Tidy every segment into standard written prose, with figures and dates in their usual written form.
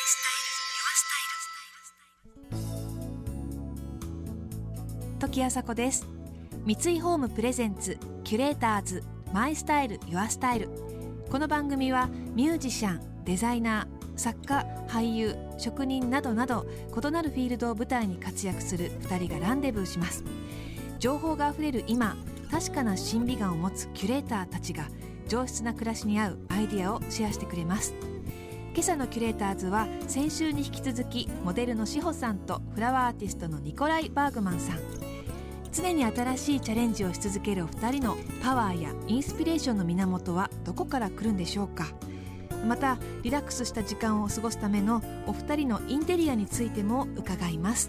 時あさこです。三井ホームプレゼンツキュレーターズマイスタイルユアスタイル。この番組はミュージシャン、デザイナー、作家、俳優、職人などなど異なるフィールドを舞台に活躍する2人がランデブーします。情報があふれる今、確かな審美眼を持つキュレーターたちが上質な暮らしに合うアイデアをシェアしてくれます。今朝のキュレーターズは先週に引き続きモデルの志保さんとフラワーアーティストのニコライ・バーグマンさん。常に新しいチャレンジをし続けるお二人のパワーやインスピレーションの源はどこから来るんでしょうか。またリラックスした時間を過ごすためのお二人のインテリアについても伺います。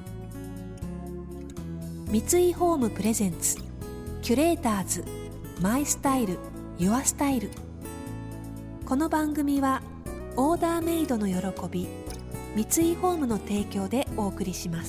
三井ホームプレゼンツキュレーターズマイスタイルユアスタイル。この番組はオーダーメイドの喜び三井ホームの提供でお送りします。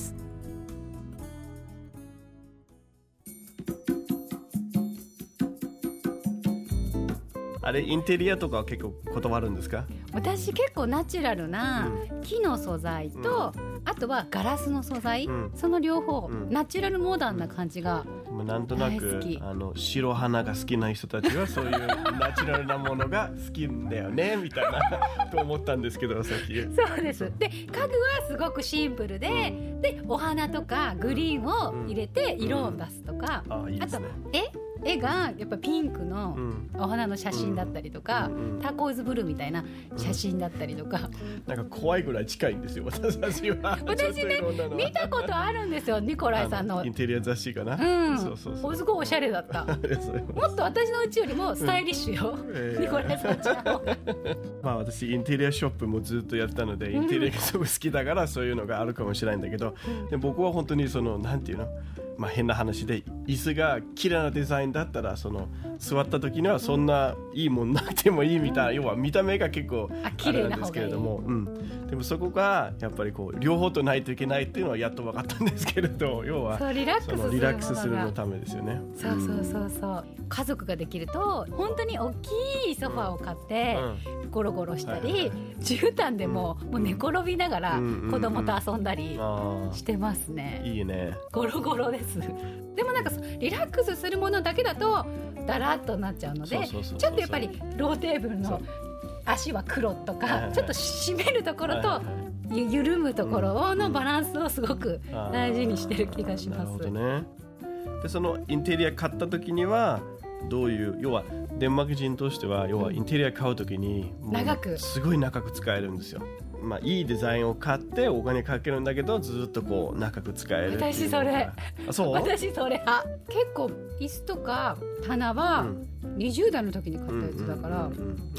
あれインテリアとかは結構断るんですか？ 私結構ナチュラルな木の素材と、あとはガラスの素材、その両方、ナチュラルモダンな感じがなんとなく白花が好きな人たちはそういうナチュラルなものが好きだよねみたいなと思ったんですけど、さっきそうです。で家具はすごくシンプルで、でお花とかグリーンを入れて色を出すとか、 いいですね。 あと絵がやっぱピンクのお花の写真だったりとか、ターコイズブルーみたいな写真だったりとか、 なんか怖いぐらい近いんですよ私たちは。 私ね見たことあるんですよ、ニコライさんのインテリア雑誌かな。そうすごいおしゃれだったもっと私のうちよりもスタイリッシュよ、ニコライさんちゃん私インテリアショップもずっとやったので、インテリアがすごく好きだからそういうのがあるかもしれないんだけど、で僕は本当にそのなんていうの、変な話で椅子が綺麗なデザインだったらその座った時にはそんないいもんなくてもいいみたいな、要は見た目が結構あれなんですけれども、でもそこがやっぱりこう両方とないといけないっていうのはやっと分かったんですけれど、要はそうリラックスするのためですよね。 そう家族ができると本当に大きいソファーを買ってゴロゴロしたり、絨毯でもう寝転びながら子供と遊んだりしてますね。 いいね。 ゴロゴロです。でもなんかリラックスするものだけだとだらっとなっちゃうので、ちょっとやっぱりローテーブルの足は黒とか、ちょっと締めるところと緩むところのバランスをすごく大事にしてる気がします。 なるほどね。でそのインテリア買った時にはどういう、要はデンマーク人としては要はインテリア買う時にすごい長く使えるんですよ。いいデザインを買ってお金かけるんだけどずっとこう長く使えるっていう。 私それそう私それ結構椅子とか棚は20代の時に買ったやつだから、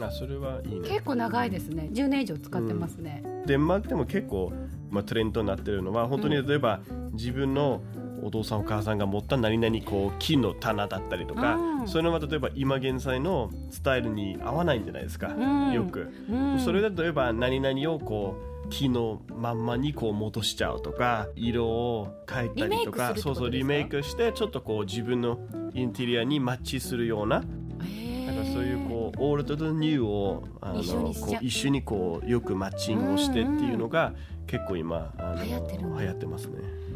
それはいいね。 結構長いですね。10年以上使ってますね。 デンマークでも結構、トレンドになってるのは本当に例えば、自分のお父さんお母さんが持った何々こう木の棚だったりとか、そういうのは例えば今現在のスタイルに合わないんじゃないですか、よく、それで例えば何々をこう木のまんまにこう戻しちゃうとか、色を変えたりとか、リメイクしてちょっとこう自分のインテリアにマッチするような、そういうこうオールドとニューを一緒にこうよくマッチングをしてっていうのが結構今流行ってますね。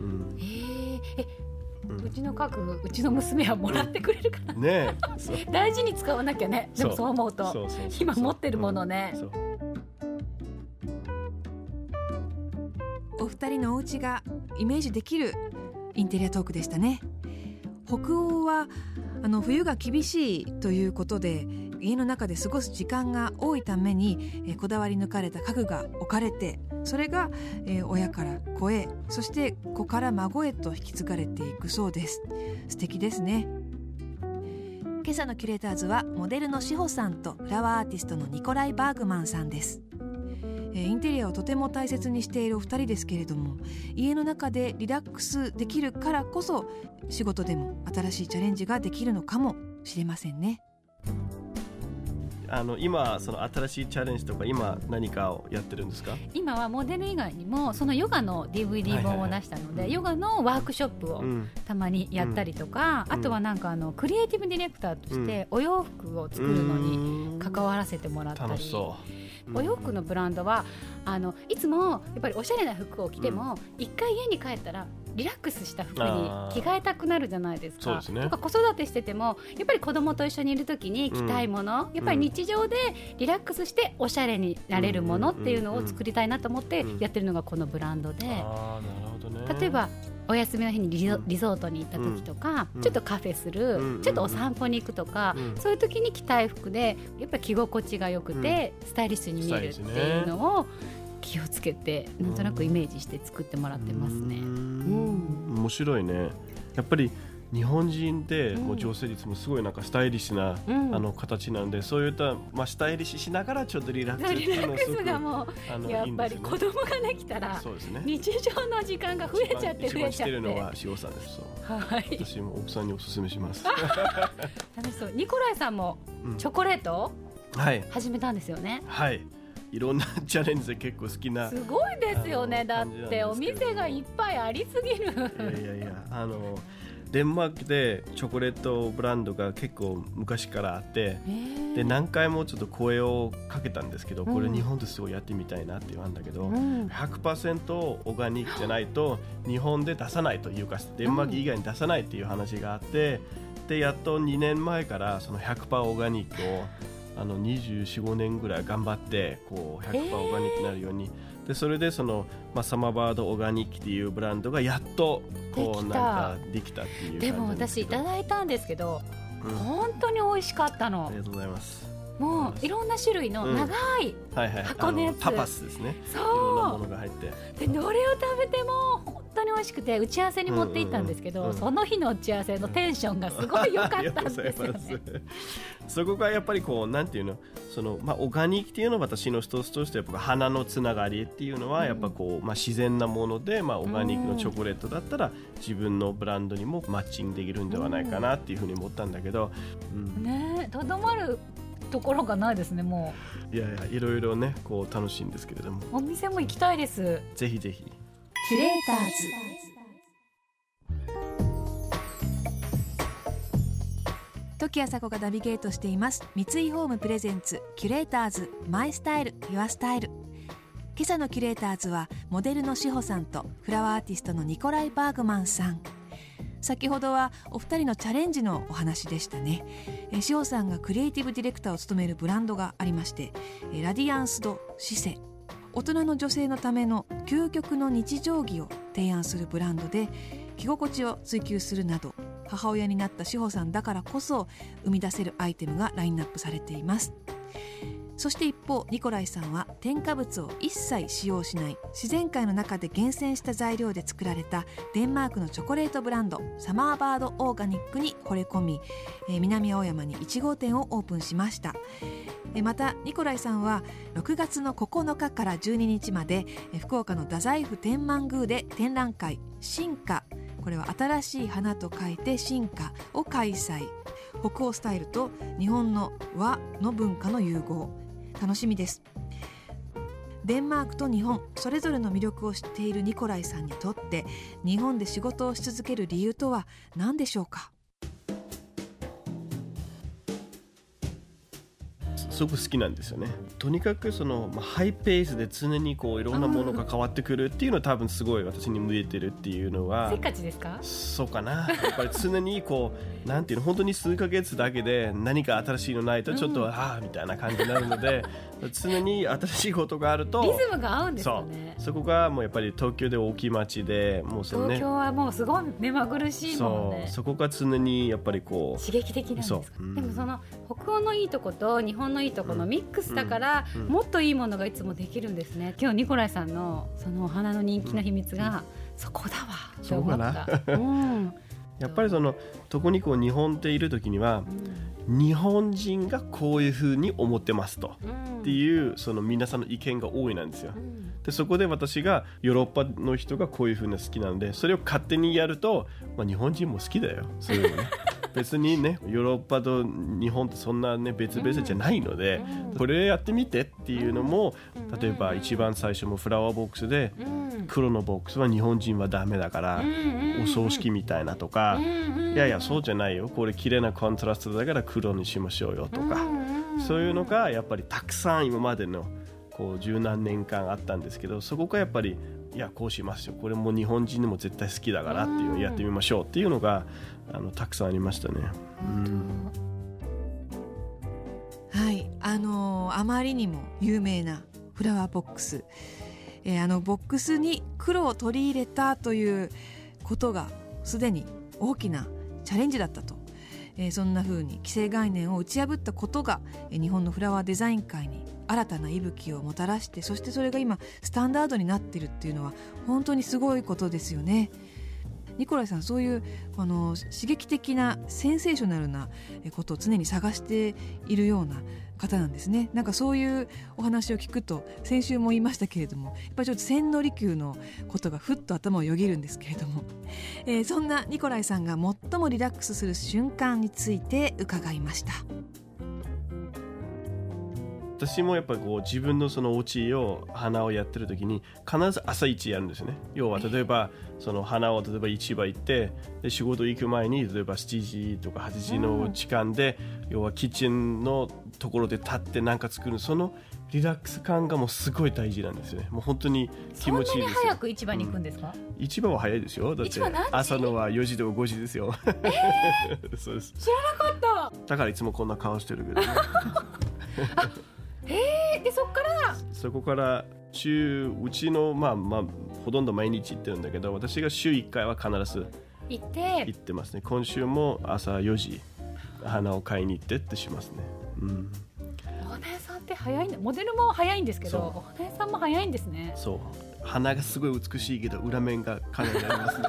うちの家具、うちの娘はもらってくれるからね大事に使わなきゃね。でもそう思うと今持ってるものね、 お二人のお家がイメージできるインテリアトークでしたね。北欧は冬が厳しいということで家の中で過ごす時間が多いために、こだわり抜かれた家具が置かれて、それが、親から子へ、そして子から孫へと引き継がれていくそうです。素敵ですね。今朝のキュレーターズはモデルの志保さんとフラワーアーティストのニコライ・バーグマンさんです。インテリアをとても大切にしているお二人ですけれども、家の中でリラックスできるからこそ仕事でも新しいチャレンジができるのかもしれませんね。 今その新しいチャレンジとか今何かをやってるんですか？ 今はモデル以外にもそのヨガの DVD 本を出したので、ヨガのワークショップをたまにやったりとか、あとはなんかクリエイティブディレクターとしてお洋服を作るのに関わらせてもらったり、 お洋服のブランドはいつもやっぱりおしゃれな服を着ても一回家に帰ったらリラックスした服に着替えたくなるじゃないですか。 そうですね。 とか子育てしててもやっぱり子供と一緒にいる時に着たいもの、やっぱり日常でリラックスしておしゃれになれるものっていうのを作りたいなと思ってやってるのがこのブランドで、 なるほどね。 例えばお休みの日にリゾートに行った時とか、ちょっとカフェする、ちょっとお散歩に行くとか、そういう時に着たい服でやっぱり着心地が良くて、スタイリッシュに見えるっていうのを気をつけてなんとなくイメージして作ってもらってますね。 面白いね。やっぱり日本人ってもう女性率もすごいなんかスタイリッシュな、形なんで、そういった、スタイリッシュしながらちょっとリラックスっていうのすごくがもうやっぱり子供ができたら、 そうですね、 日常の時間が増えちゃって一番してるのは塩さんです。 はい、 私も奥さんにおすすめします。 楽しそう。ニコライさんもチョコレート、始めたんですよね。 はい、いろんなチャレンジで結構好きな。 すごいですよね。だってお店がいっぱいありすぎる。 いやデンマークでチョコレートブランドが結構昔からあって、で何回もちょっと声をかけたんですけど、これ日本ですごいやってみたいなって言わんだけど、100% オーガニックじゃないと日本で出さないというか、デンマーク以外に出さないっていう話があって、でやっと2年前からその 100% オーガニックを24、5年ぐらい頑張ってこう 100% オーガニックになるように、でそれでその、サマーバードオーガニックっていうブランドがやっとこうなんかできたっていう感じでも私いただいたんですけど、本当に美味しかったの。 ありがとうございます。 もういろんな種類の長い箱のやつ、 タパスですね。 そう、 いろんなものが入ってでどれを食べても本当に美味しくて、打ち合わせに持って行ったんですけど、その日の打ち合わせのテンションがすごい良かったんですよね。 そこがやっぱりこうなんていうの、そのオーガニックっていうのは私の一つとしてやっぱ花のつながりっていうのはやっぱこう、自然なもので、オーガニックのチョコレートだったら自分のブランドにもマッチングできるんではないかなっていうふうに思ったんだけど、 ね、とどまるところがないですね。もういろいろねこう楽しいんですけれども、 お店も行きたいです。 ぜひぜひ。 キュレーターズ時あさこがナビゲートしています三井ホームプレゼンツキュレーターズマイスタイルユアスタイル。今朝のキュレーターズはモデルのしほさんとフラワーアーティストのニコライ・バーグマンさん。先ほどはお二人のチャレンジのお話でしたね。しほさんがクリエイティブディレクターを務めるブランドがありまして、ラディアンス・ド・シセ、大人の女性のための究極の日常着を提案するブランドで、着心地を追求するなど母親になったしほさんだからこそ生み出せるアイテムがラインナップされています。そして一方ニコライさんは添加物を一切使用しない自然界の中で厳選した材料で作られたデンマークのチョコレートブランドサマーバードオーガニックに惚れ込み、南青山に1号店をオープンしました。またニコライさんは6月の9日から12日まで福岡の太宰府天満宮で展覧会進化、これは新しい花と書いて進化を開催。北欧スタイルと日本の和の文化の融合、楽しみです。デンマークと日本それぞれの魅力を知っているニコライさんにとって日本で仕事をし続ける理由とは何でしょうか。 すごく好きなんですよね。とにかくその、ハイペースで常にこういろんなものが変わってくるっていうのは多分すごい私に向いてるっていうのはせっかちですか。 そうかな。やっぱり常にこうなんていうの、本当に数ヶ月だけで何か新しいのないとちょっと、みたいな感じになるので常に新しいことがあるとリズムが合うんですよね。 そこがもうやっぱり東京で大きい街でもうその、ね、 東京はもうすごい目まぐるしいもんね。 そこが常にやっぱりこう刺激的なんですか。でもその北欧のいいとこと日本のいいとこのミックスだから、もっといいものがいつもできるんですね。今日ニコライさんのそのお花の人気の秘密が、そこだわって思った。 やっぱりその特にこう日本っている時には、日本人がこういうふうに思ってますと、っていうその皆さんの意見が多いなんですよ。でそこで私がヨーロッパの人がこういうふうな好きなのでそれを勝手にやると、日本人も好きだよそういうのね。別にねヨーロッパと日本ってそんなね別々じゃないので、これやってみてっていうのも、例えば一番最初もフラワーボックスで、黒のボックスは日本人はダメだから、お葬式みたいなとか、いやいやそうじゃないよ、これ綺麗なコントラストだから黒にしましょうよとか、そういうのがやっぱりたくさん今までのこう十何年間あったんですけど、そこからやっぱりいやこうしますよ、これも日本人にも絶対好きだからっていうのをやってみましょうっていうのがたくさんありましたね。 はい、あまりにも有名なフラワーボックス、ボックスに黒を取り入れたということがすでに大きなチャレンジだったと、そんな風に既成概念を打ち破ったことが日本のフラワーデザイン界に新たな息吹をもたらして、そしてそれが今スタンダードになっているっていうのは本当にすごいことですよね。ニコライさん、そういう刺激的なセンセーショナルなことを常に探しているような方なんですね。なんかそういうお話を聞くと、先週も言いましたけれども、やっぱりちょっと千利休のことがふっと頭をよぎるんですけれども、そんなニコライさんが最もリラックスする瞬間について伺いました。 私もやっぱりこう自分のそのお家を花をやってる時に必ず朝一やるんですよね。要は例えばその花を例えば市場行ってで仕事行く前に例えば7時とか8時の時間で、要はキッチンのところで立って何か作る、そのリラックス感がもうすごい大事なんですよね。もう本当に気持ちいいですよ。 そんなに早く市場に行くんですか？ 市場は早いですよ。だって朝のは4時とか5時ですよ。そうです。 知らなかった。 だからいつもこんな顔してるけど、ね。 でそこからうちのほとんど毎日行ってるんだけど、私が週1回は必ず行ってますね。今週も朝4時花を買いに行ってってしますね。 お花屋さんって早いね。モデルも早いんですけど、お花屋さんも早いんですね。 そう、花がすごい美しいけど裏面がかなりありますね。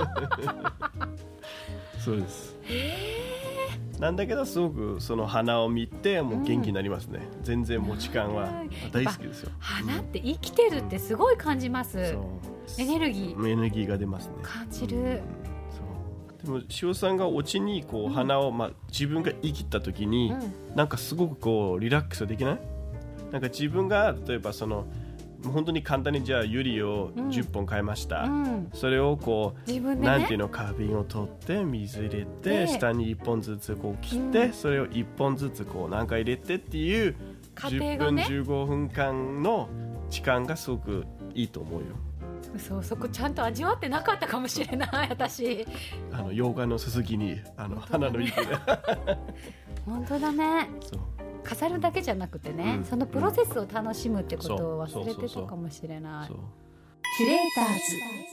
そうです。なんだけどすごくその花を見てもう元気になりますね。全然もう時間は大好きですよ。 花って生きてるってすごい感じます。エネルギーが出ますね。 感じる。 でも塩さんがお家にこう花を、自分が生きた時に、なんかすごくこうリラックスできない？なんか自分が例えばその本当に簡単にじゃあユリを10本買いました、それをこう、 自分でね、 なんていうの花瓶を取って水入れて下に1本ずつこう切って、それを1本ずつこう何か入れてっていう10分15分間の時間がすごくいいと思うよ。 そこちゃんと味わってなかったかもしれない私。 洋画のすすぎに花の息で本当だね。 そう飾るだけじゃなくてね、そのプロセスを楽しむってことを忘れてたかもしれない。 キュレーター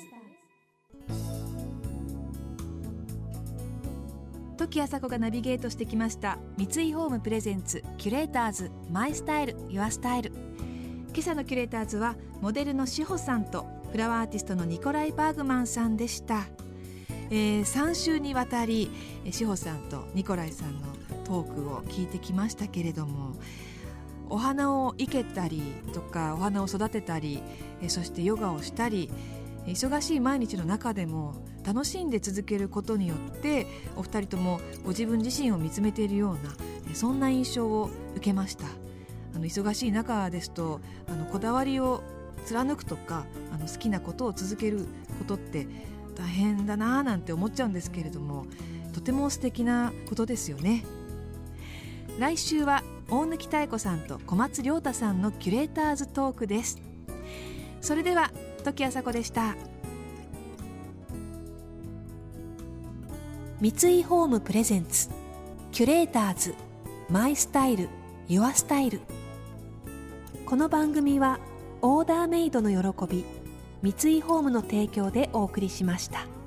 ズ、時あさこがナビゲートしてきました三井ホームプレゼンツキュレーターズマイスタイルユアスタイル。今朝のキュレーターズはモデルのしほさんとフラワーアーティストのニコライ・バーグマンさんでした。3週にわたりしほさんとニコライさんのトークを聞いてきましたけれども、お花を生けたりとかお花を育てたり、そしてヨガをしたり、忙しい毎日の中でも楽しんで続けることによってお二人ともご自分自身を見つめているような、そんな印象を受けました。忙しい中ですとこだわりを貫くとか好きなことを続けることって大変だななんて思っちゃうんですけれども、とても素敵なことですよね。来週は大貫妙子さんと小松亮太さんのキュレーターズトークです。それでは時あさこでした。三井ホームプレゼンツキュレーターズマイスタイルユアスタイル。この番組はオーダーメイドの喜び三井ホームの提供でお送りしました。